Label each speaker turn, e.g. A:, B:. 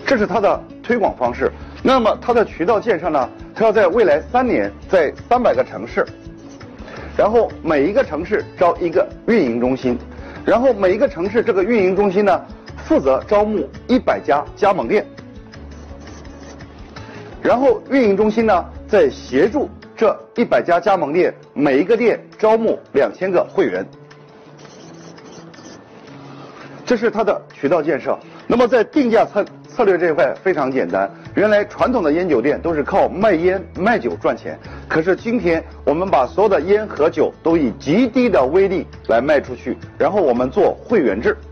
A: 这是它的推广方式。那么它的渠道建设呢，它要在未来3年在300个城市，然后每一个城市招一个运营中心，然后每一个城市这个运营中心呢，负责招募100家加盟店，然后运营中心呢再协助这100家加盟店每一个店招募2000个会员。这是它的渠道建设。那么在定价策略这一块非常简单，原来传统的烟酒店都是靠卖烟卖酒赚钱，可是今天我们把所有的烟和酒都以极低的微利来卖出去，然后我们做会员制。